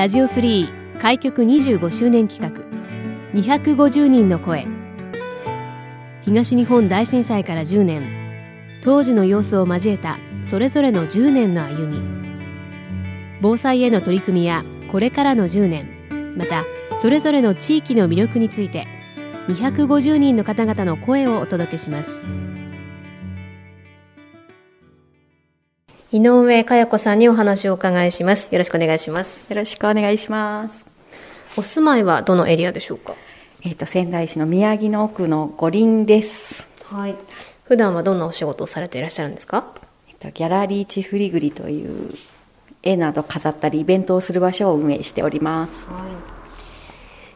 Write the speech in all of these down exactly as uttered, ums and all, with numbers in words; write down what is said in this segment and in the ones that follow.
ラジオスリー開局にじゅうごしゅうねん企画にひゃくごじゅうにんの声。東日本大震災からじゅうねん、当時の様子を交えたそれぞれのじゅうねんの歩み、防災への取り組みやこれからのじゅうねん、またそれぞれの地域の魅力についてにひゃくごじゅうにんの方々の声をお届けします。井上佳代子さんにお話をお伺いします。よろしくお願いします。 よろしくお願いします。 お住まいはどのエリアでしょうか？ えーと、仙台市の宮城の奥の五輪です。 はい。普段はどんなお仕事をされていらっしゃるんですか？ えーと、ギャラリーチフリグリという絵など飾ったりイベントをする場所を運営しております。 はい。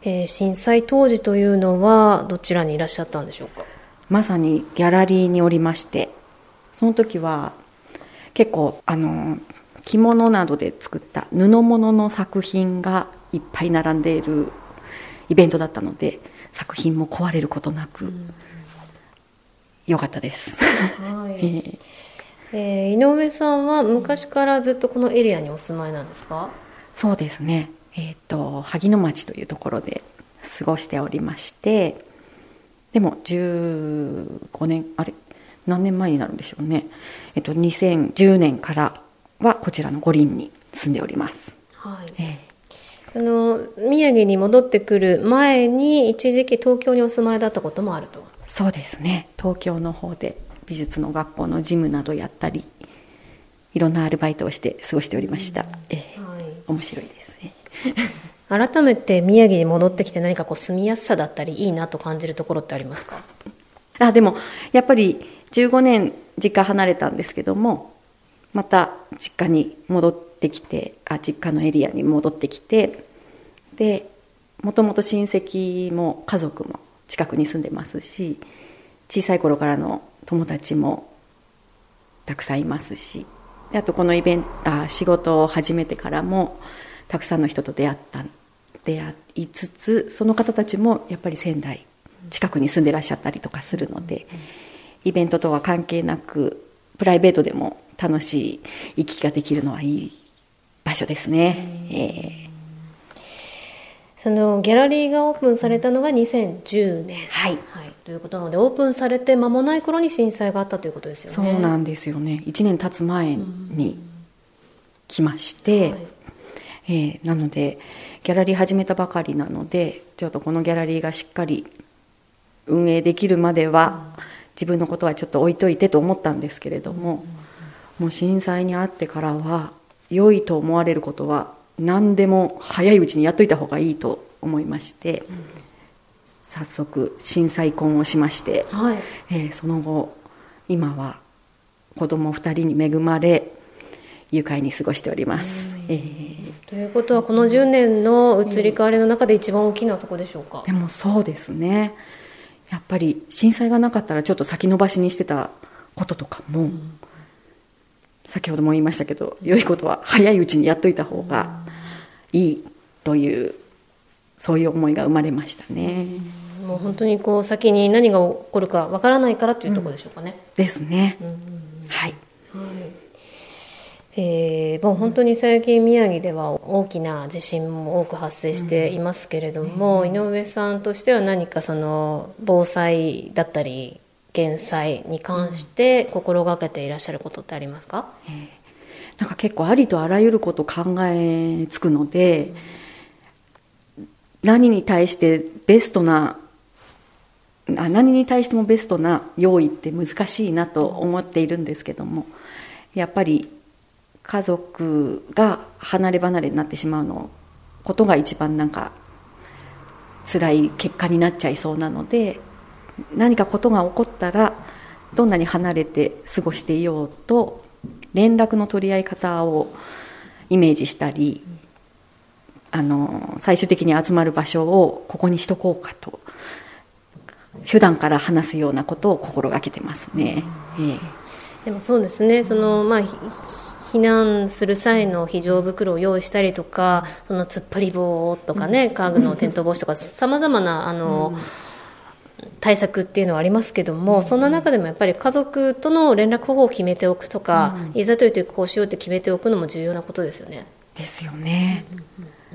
えー、震災当時というのはどちらにいらっしゃったんでしょうか？ まさにギャラリーにおりまして、その時は結構あの着物などで作った布物の作品がいっぱい並んでいるイベントだったので、作品も壊れることなく良かったです。 はい。えー、井上さんは昔からずっとこのエリアにお住まいなんですか？ そうですね。えっと萩野町というところで過ごしておりまして、でもじゅうごねん、あれ何年前になるんでしょうね。えっとにせんじゅうねんからはこちらの五輪に住んでおります。 はい。 えー、その宮城に戻ってくる前に一時期東京にお住まいだったこともあると。 そうですね。東京の方で美術の学校の事務などやったり、いろんなアルバイトをして過ごしておりました。えーはい、面白いですね。 改めて宮城に戻ってきて何かこう住みやすさだったりいいなと感じるところってありますか？ あ、でもやっぱりじゅうごねん実家離れたんですけども、また実家に戻ってきて、あ、実家のエリアに戻ってきて、でもともと親戚も家族も近くに住んでますし、小さい頃からの友達もたくさんいますし、あとこのイベント、あ、仕事を始めてからもたくさんの人と出会った出会いつつ、その方たちもやっぱり仙台近くに住んでらっしゃったりとかするので、イベントとは関係なくプライベートでも楽しい行き来ができるのはいい場所ですね。えー、 そのギャラリーがオープンされたのがにせんじゅうねん、 はいはい、ということなので、オープンされて間もない頃に震災があったということですよね。 そうなんですよね。いちねん経つ前に来まして、はい、えー、なのでギャラリー始めたばかりなので、ちょっとこのギャラリーがしっかり運営できるまでは、うん、自分のことはちょっと置いといてと思ったんですけれども、もう震災にあってからは良いと思われることは何でも早いうちにやっといた方がいいと思いまして、うん、早速震災婚をしまして、はい、えー、その後今は子供ふたりに恵まれ愉快に過ごしております。えー、 ということはこのじゅうねんの移り変わりの中で一番大きいのはそこでしょうか？ でもそうですね。やっぱり震災がなかったらちょっと先延ばしにしてたこととかも、うん、先ほども言いましたけど、良いことは早いうちにやっといた方がいいという、そういう思いが生まれましたね。 うん、もう本当にこう先に何が起こるかわからないからというところでしょうかね。 うん、ですね。うん、はい。 はい。えー、もう本当に最近宮城では大きな地震も多く発生していますけれども、うん、井上さんとしては何かその防災だったり減災に関して心がけていらっしゃることってありますか？ えー、なんか結構ありとあらゆることを考えつくので、うん、何に対してベストなあ何に対してもベストな用意って難しいなと思っているんですけども、やっぱり家族が離れ離れになってしまうのことが一番なんか辛い結果になっちゃいそうなので、何かことが起こったらどんなに離れて過ごしていようと連絡の取り合い方をイメージしたり、あの最終的に集まる場所をここにしとこうかと普段から話すようなことを心がけてますね。えー、 でもそうですね、そのまあ避難する際の非常袋を用意したりとか、その突っ張り棒とかね、家具の転倒防止とかさまざまなあの、うん、対策っていうのはありますけども、うん、そんな中でもやっぱり家族との連絡方法を決めておくとか、うん、いざという時こうしようって決めておくのも重要なことですよね。 ですよね。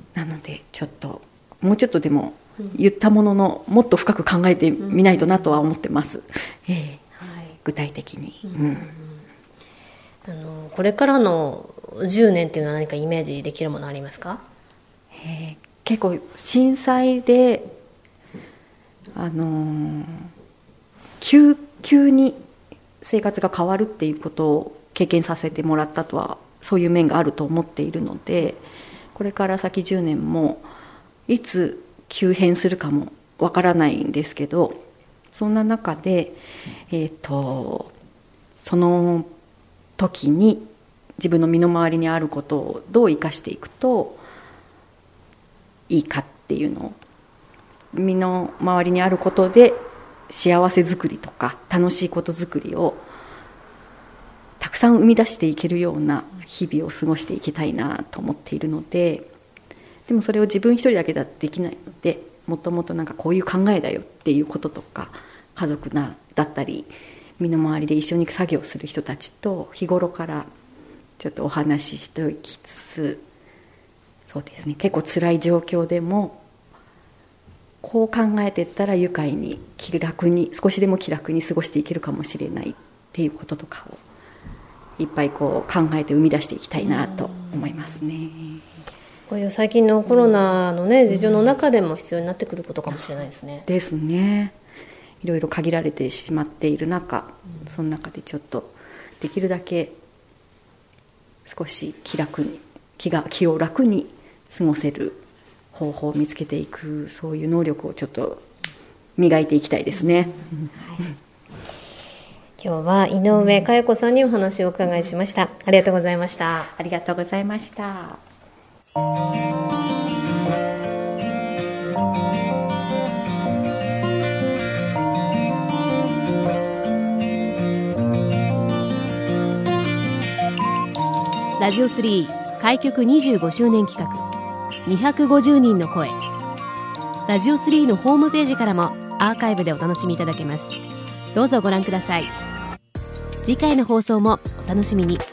なのでちょっともうちょっとでも言ったもののもっと深く考えてみないとなとは思ってます、えーはい、具体的に、うんうんあのこれからのじゅうねんっていうのは何かイメージできるものありますか？ えー、結構震災であのー、急, 急に生活が変わるっていうことを経験させてもらったとはそういう面があると思っているので、これから先じゅうねんもいつ急変するかもわからないんですけど、そんな中で、えーと、その時に自分の身の回りにあることをどう生かしていくといいかっていうのを、身の回りにあることで幸せ作りとか楽しいこと作りをたくさん生み出していけるような日々を過ごしていきたいなと思っているので、でもそれを自分一人だけではできないので、もっともっとなんかこういう考えだよっていうこととか、家族なだったり身の回りで一緒に作業する人たちと日頃からちょっとお話ししておきつつ、そうですね、結構辛い状況でもこう考えていったら愉快に気楽に少しでも気楽に過ごしていけるかもしれないっていうこととかをいっぱいこう考えて生み出していきたいなと思いますね。 こういう最近のコロナの、ね、事情の中でも必要になってくることかもしれないですね。 ですね。いろいろ限られてしまっている中、その中でちょっとできるだけ少し気楽に 気が気を楽に過ごせる方法を見つけていく、そういう能力をちょっと磨いていきたいですね、うんはい、 今日は井上佳代子さんにお話をお伺いしました。ありがとうございました。 ありがとうございました。 ラジオスリー開局にじゅうごしゅうねん企画にひゃくごじゅうにんの声。ラジオスリーのホームページからもアーカイブでお楽しみいただけます。どうぞご覧ください。次回の放送もお楽しみに。